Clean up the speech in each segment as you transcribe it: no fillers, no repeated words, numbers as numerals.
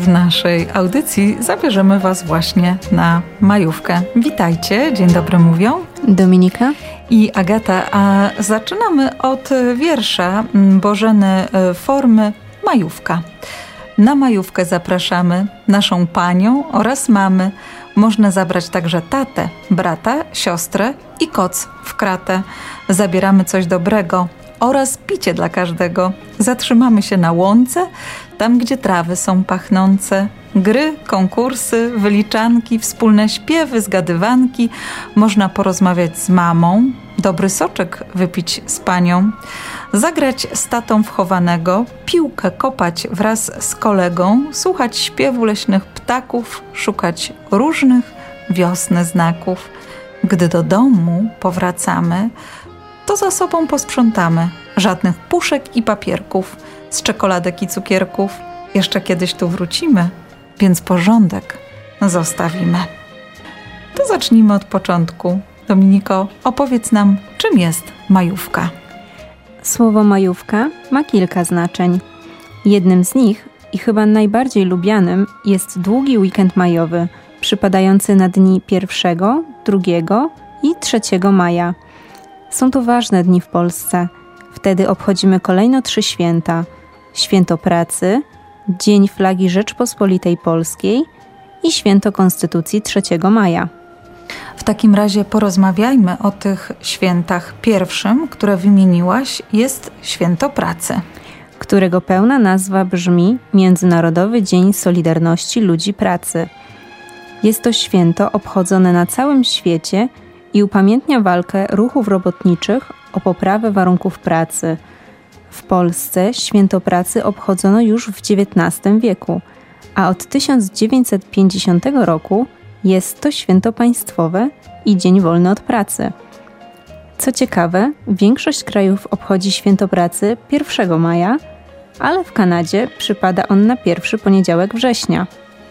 w naszej audycji zabierzemy Was właśnie na majówkę. Witajcie, dzień dobry mówią Dominika i Agata, a zaczynamy od wiersza Bożeny Formy Majówka. Na majówkę zapraszamy naszą panią oraz mamy. Można zabrać także tatę, brata, siostrę i koc w kratę. Zabieramy coś dobrego oraz picie dla każdego. Zatrzymamy się na łące, tam gdzie trawy są pachnące. Gry, konkursy, wyliczanki, wspólne śpiewy, zgadywanki. Można porozmawiać z mamą, dobry soczek wypić z panią, zagrać z tatą wchowanego, piłkę kopać wraz z kolegą, słuchać śpiewu leśnych ptaków, szukać różnych wiosny znaków. Gdy do domu powracamy, to za sobą posprzątamy. Żadnych puszek i papierków, z czekoladek i cukierków. Jeszcze kiedyś tu wrócimy, więc porządek zostawimy. To zacznijmy od początku. Dominiko, opowiedz nam, czym jest majówka? Słowo majówka ma kilka znaczeń. Jednym z nich i chyba najbardziej lubianym jest długi weekend majowy, przypadający na dni 1, 2 i 3 maja. Są to ważne dni w Polsce. Wtedy obchodzimy kolejno 3 święta. Święto Pracy, Dzień Flagi Rzeczpospolitej Polskiej i Święto Konstytucji 3 maja. W takim razie porozmawiajmy o tych świętach. Pierwszym, które wymieniłaś, jest Święto Pracy, którego pełna nazwa brzmi Międzynarodowy Dzień Solidarności Ludzi Pracy. Jest to święto obchodzone na całym świecie i upamiętnia walkę ruchów robotniczych o poprawę warunków pracy. W Polsce Święto Pracy obchodzono już w XIX wieku, a od 1950 roku jest to święto państwowe i dzień wolny od pracy. Co ciekawe, większość krajów obchodzi Święto Pracy 1 maja, ale w Kanadzie przypada on na pierwszy poniedziałek września.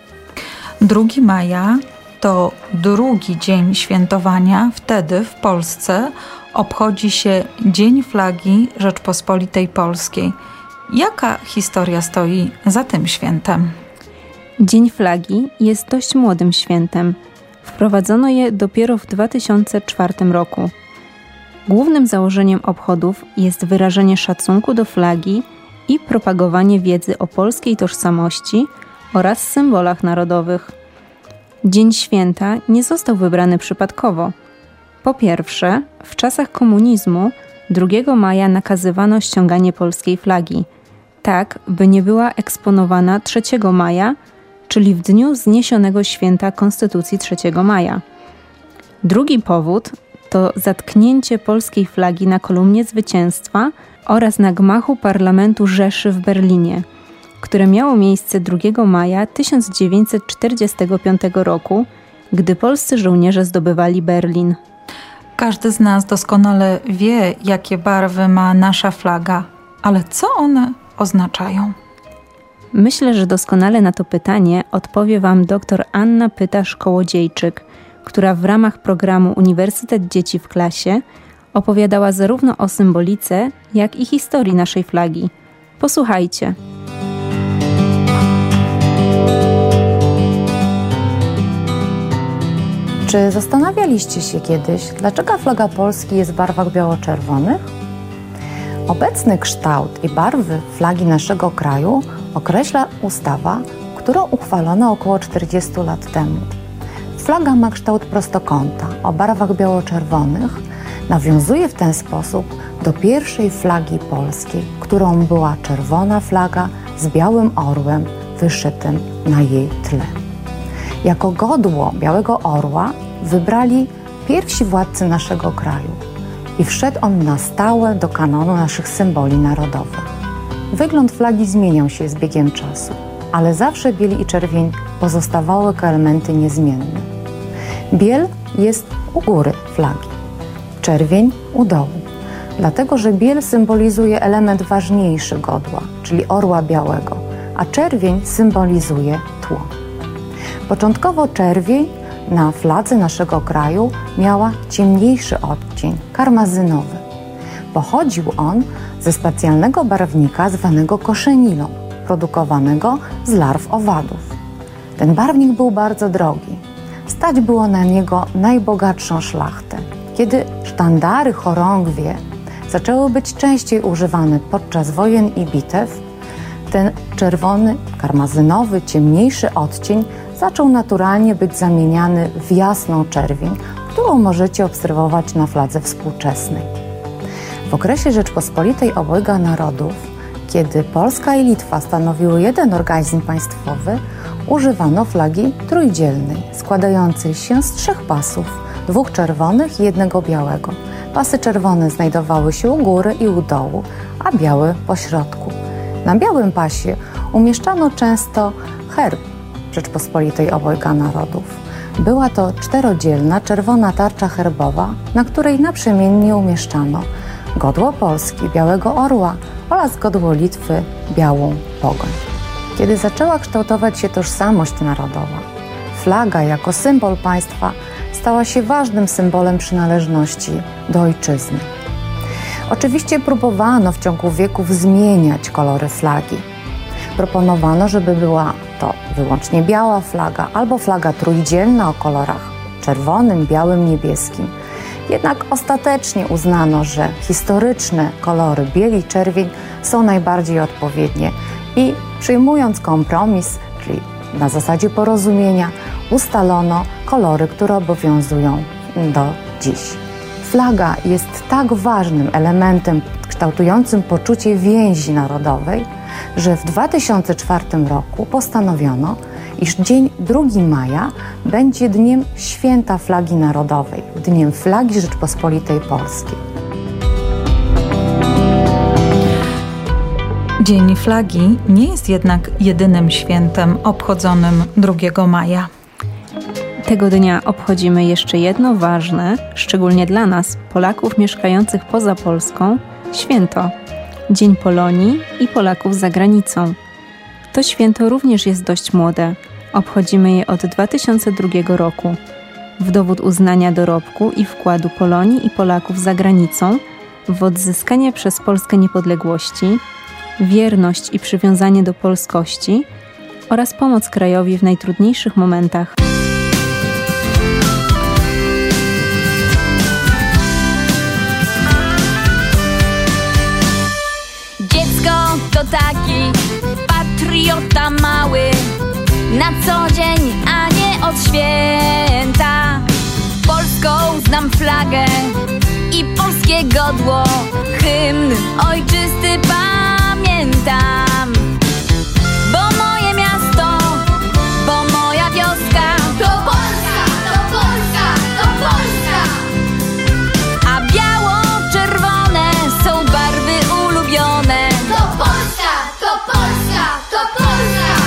2 maja to drugi dzień świętowania. Wtedy w Polsce obchodzi się Dzień Flagi Rzeczpospolitej Polskiej. Jaka historia stoi za tym świętem? Dzień Flagi jest dość młodym świętem. Wprowadzono je dopiero w 2004 roku. Głównym założeniem obchodów jest wyrażenie szacunku do flagi i propagowanie wiedzy o polskiej tożsamości oraz symbolach narodowych. Dzień święta nie został wybrany przypadkowo. Po pierwsze, w czasach komunizmu 2 maja nakazywano ściąganie polskiej flagi, tak by nie była eksponowana 3 maja, czyli w dniu zniesionego święta Konstytucji 3 maja. Drugi powód to zatknięcie polskiej flagi na kolumnie zwycięstwa oraz na gmachu Parlamentu Rzeszy w Berlinie, które miało miejsce 2 maja 1945 roku, gdy polscy żołnierze zdobywali Berlin. Każdy z nas doskonale wie, jakie barwy ma nasza flaga, ale co one oznaczają? Myślę, że doskonale na to pytanie odpowie Wam dr Anna Pytasz-Kołodziejczyk, która w ramach programu Uniwersytet Dzieci w Klasie opowiadała zarówno o symbolice, jak i historii naszej flagi. Posłuchajcie. Czy zastanawialiście się kiedyś, dlaczego flaga Polski jest w barwach biało-czerwonych? Obecny kształt i barwy flagi naszego kraju określa ustawa, którą uchwalono około 40 lat temu. Flaga ma kształt prostokąta o barwach biało-czerwonych. Nawiązuje w ten sposób do pierwszej flagi polskiej, którą była czerwona flaga z białym orłem wyszytym na jej tle. Jako godło Białego Orła wybrali pierwsi władcy naszego kraju i wszedł on na stałe do kanonu naszych symboli narodowych. Wygląd flagi zmieniał się z biegiem czasu, ale zawsze biel i czerwień pozostawały jako elementy niezmienne. Biel jest u góry flagi, czerwień u dołu, dlatego że biel symbolizuje element ważniejszy godła, czyli orła białego, a czerwień symbolizuje tło. Początkowo czerwień na fladze naszego kraju miała ciemniejszy odcień, karmazynowy. Pochodził on ze specjalnego barwnika zwanego koszenilą. produkowanego z larw owadów. Ten barwnik był bardzo drogi. Stać było na niego najbogatszą szlachtę. Kiedy sztandary, chorągwie zaczęły być częściej używane podczas wojen i bitew, ten czerwony, karmazynowy, ciemniejszy odcień zaczął naturalnie być zamieniany w jasną czerwień, którą możecie obserwować na fladze współczesnej. W okresie Rzeczpospolitej Obojga Narodów, kiedy Polska i Litwa stanowiły jeden organizm państwowy, używano flagi trójdzielnej, składającej się z 3 pasów, 2 czerwonych i 1 białego. Pasy czerwone znajdowały się u góry i u dołu, a biały po środku. Na białym pasie umieszczano często herb Rzeczpospolitej Obojga Narodów. Była to 4-dzielna czerwona tarcza herbowa, na której naprzemiennie umieszczano godło Polski, białego orła oraz godło Litwy, białą pogoń. Kiedy zaczęła kształtować się tożsamość narodowa, flaga jako symbol państwa stała się ważnym symbolem przynależności do ojczyzny. Oczywiście próbowano w ciągu wieków zmieniać kolory flagi. Proponowano, żeby była to wyłącznie biała flaga albo flaga trójdzielna o kolorach czerwonym, białym, niebieskim. Jednak ostatecznie uznano, że historyczne kolory biel i czerwień są najbardziej odpowiednie i przyjmując kompromis, czyli na zasadzie porozumienia, ustalono kolory, które obowiązują do dziś. Flaga jest tak ważnym elementem kształtującym poczucie więzi narodowej, że w 2004 roku postanowiono, iż dzień 2 maja będzie dniem Święta Flagi Narodowej, dniem Flagi Rzeczpospolitej Polskiej. Dzień Flagi nie jest jednak jedynym świętem obchodzonym 2 maja. Tego dnia obchodzimy jeszcze jedno ważne, szczególnie dla nas, Polaków mieszkających poza Polską, święto. Dzień Polonii i Polaków za granicą. To święto również jest dość młode. Obchodzimy je od 2002 roku. W dowód uznania dorobku i wkładu Polonii i Polaków za granicą w odzyskanie przez Polskę niepodległości, wierność i przywiązanie do polskości oraz pomoc krajowi w najtrudniejszych momentach. Dziecko to taki patriota mały, na co dzień, a nie od święta. Polską znam flagę i polskie godło, hymn ojczysty pamiętam. Bo moje miasto, bo moja wioska to Polska, to Polska, to Polska. A biało-czerwone są barwy ulubione. To Polska, to Polska, to Polska.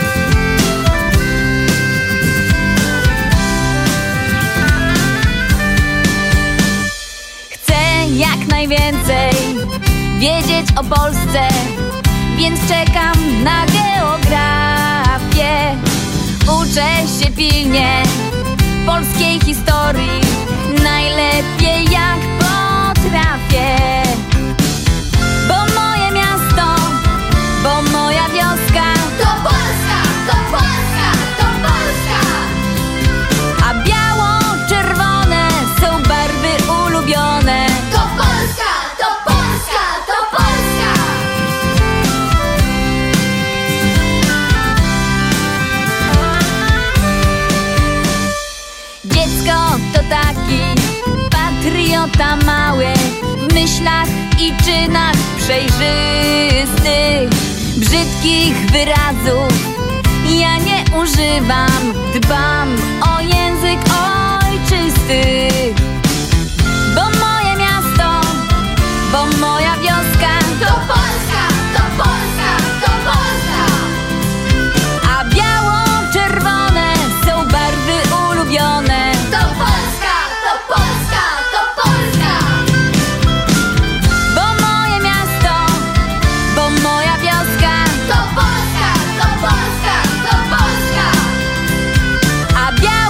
Chcę jak najwięcej wiedzieć o Polsce, więc czekam na geografię. Uczę się pilnie polskiej historii, najlepiej jak potrafię. Bo moje miasto, bo moja wioska To Polska, to Polska, to Polska. a biało-czerwone są barwy ulubione. To Polska, to Polska, to Polska. Dziecko to taki patriota mały, w myślach i czynach przejrzysty. Brzydkich wyrazów ja nie używam, dbam o język ojczysty. Bo moje miasto, bo moja wioska To Polska, to Polska, to Polska. a biało-czerwone są barwy ulubione. To Polska, to Polska, to Polska. Bo moje miasto, bo moja wioska To Polska, to Polska, to Polska. a biało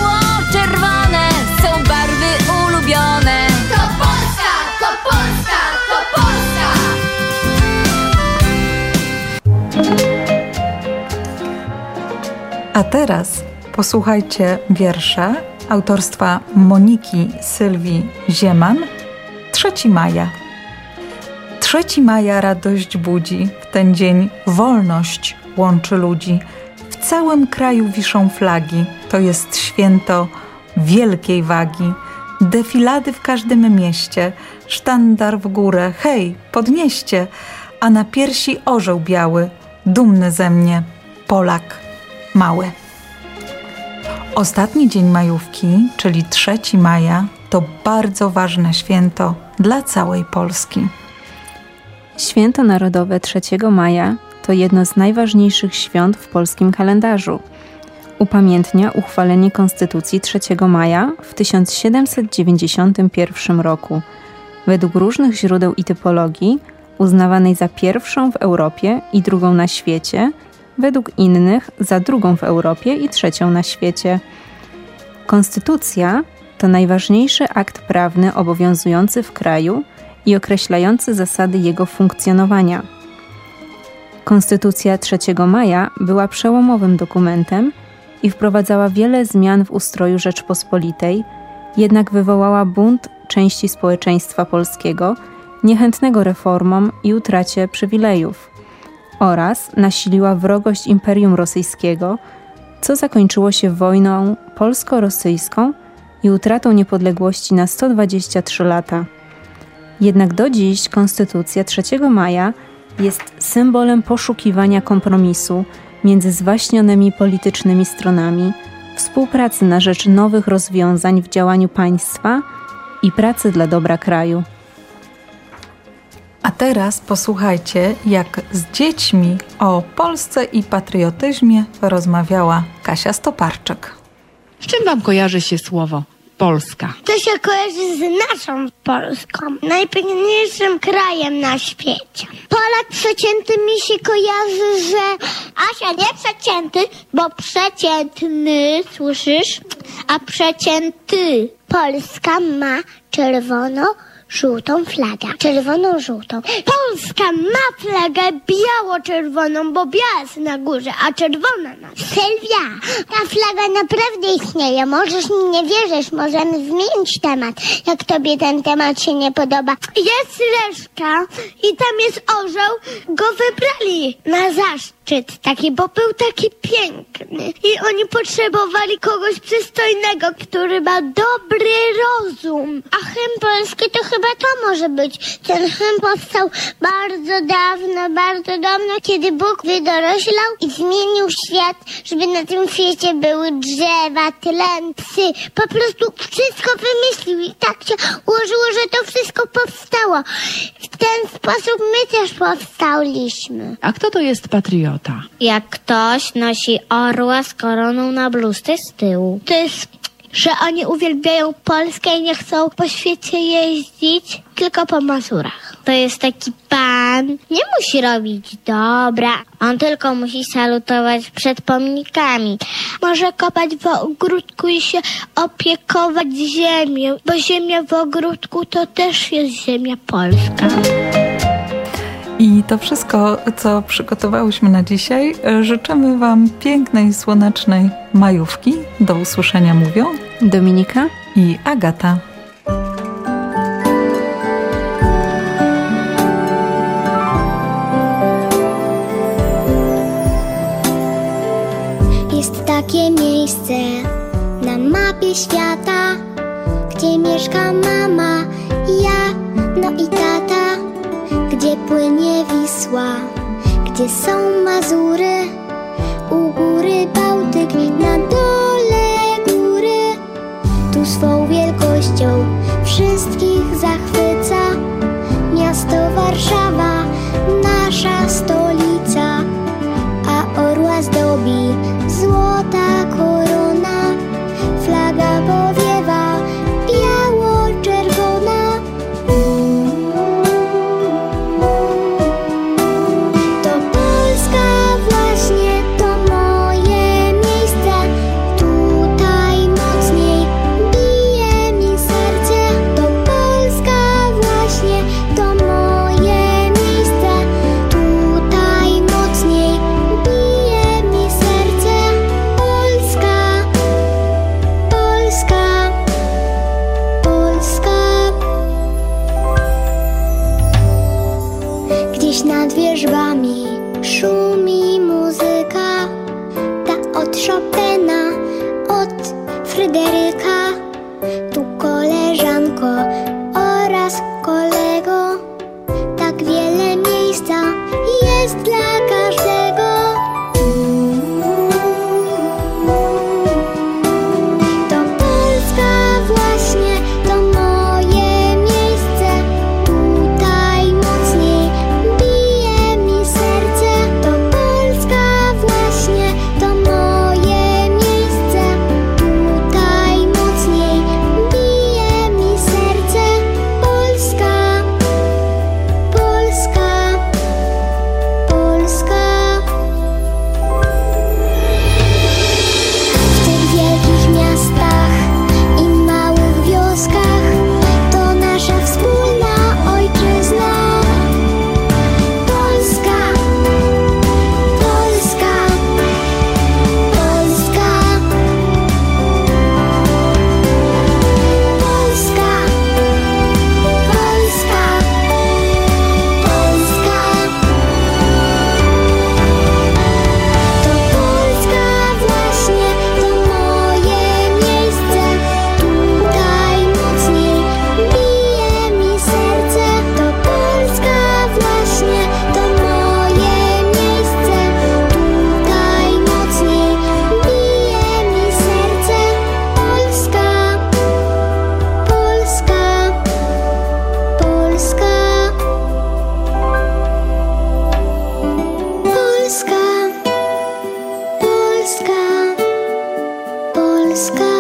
A teraz posłuchajcie wiersza autorstwa Moniki Sylwii Zieman. 3 maja. 3 maja radość budzi, w ten dzień wolność łączy ludzi. W całym kraju wiszą flagi, to jest święto wielkiej wagi. Defilady w każdym mieście, sztandar w górę, hej, podnieście, a na piersi orzeł biały, dumny ze mnie, Polak mały. Ostatni dzień majówki, czyli 3 maja, to bardzo ważne święto dla całej Polski. Święto Narodowe 3 maja to jedno z najważniejszych świąt w polskim kalendarzu. Upamiętnia uchwalenie Konstytucji 3 maja w 1791 roku. Według różnych źródeł i typologii uznawanej za pierwszą w Europie i drugą na świecie, według innych za drugą w Europie i trzecią na świecie. Konstytucja to najważniejszy akt prawny obowiązujący w kraju i określający zasady jego funkcjonowania. Konstytucja 3 maja była przełomowym dokumentem i wprowadzała wiele zmian w ustroju Rzeczpospolitej, jednak wywołała bunt części społeczeństwa polskiego, niechętnego reformom i utracie przywilejów, oraz nasiliła wrogość Imperium Rosyjskiego, co zakończyło się wojną polsko-rosyjską i utratą niepodległości na 123 lata. Jednak do dziś Konstytucja 3 maja jest symbolem poszukiwania kompromisu między zwaśnionymi politycznymi stronami, współpracy na rzecz nowych rozwiązań w działaniu państwa i pracy dla dobra kraju. A teraz posłuchajcie, jak z dziećmi o Polsce i patriotyzmie rozmawiała Kasia Stoparczyk. Z czym wam kojarzy się słowo Polska? To się kojarzy z naszą Polską, najpiękniejszym krajem na świecie. Polak przecięty mi się kojarzy, że... Asia, nie przecięty, bo przeciętny, słyszysz? A przecięty. Polska ma czerwono-żółtą flagę. Czerwoną-żółtą. Polska ma flagę biało-czerwoną, bo biała jest na górze, a czerwona na... Sylwia, ta flaga naprawdę istnieje. Możesz mi nie wierzysz, możemy zmienić temat, jak tobie ten temat się nie podoba. Jest reszka i tam jest orzeł. Go wybrali na zaszczyt taki, bo był taki piękny. I oni potrzebowali kogoś przystojnego, który ma dobry rozum. A hymn polski to chyba to może być. Ten hymn powstał bardzo dawno, kiedy Bóg wydoroślał i zmienił świat, żeby na tym świecie były drzewa, tlen, psy. Po prostu wszystko wymyślił i tak się ułożyło, że to wszystko powstało. W ten sposób my też powstaliśmy. A kto to jest patriota? Jak ktoś nosi orła z koroną na bluzce z tyłu. To jest, że oni uwielbiają Polskę i nie chcą po świecie jeździć, tylko po Mazurach. To jest taki pan, nie musi robić dobra, on tylko musi salutować przed pomnikami. Może kopać w ogródku i się opiekować ziemią, bo ziemia w ogródku to też jest ziemia polska. I to wszystko, co przygotowałyśmy na dzisiaj. Życzymy wam pięknej, słonecznej majówki. Do usłyszenia mówią Dominika i Agata. Jest takie miejsce na mapie świata, gdzie mieszka mama, ja, no i tata, gdzie płynie Wisła, gdzie są Mazury, u góry Bałtyk, na dole góry. Tu swą wielkością wszystkich zachwyca miasto Warszawa, nasza stolica, a orła zdobi złota korona, flaga powiewa biało-czerwona. To Polska właśnie, to moje miejsce, tutaj mocniej bije mi serce. To Polska właśnie, to moje miejsce, tu Fryderyka, tu koleżanko oraz kolego. Tak wiele miejsca jest dla każdego. To Polska właśnie, to moje miejsce. Tutaj mocniej bije mi serce. To Polska właśnie, to moje miejsce. Tutaj mocniej bije mi serce. Polska, Polska, Polska. W tych wielkich miastach i małych wioskach to nasza wspólna ojczyzna. Polska, Polska, Polska. Polska, Polska, Polska. To Polska właśnie, to moje miejsce. Tutaj mocniej bije mi serce. To Polska właśnie, to moje miejsce. Tutaj mocniej bije mi serce. Polska, Polska, Polska. Polska, Polska, Polska.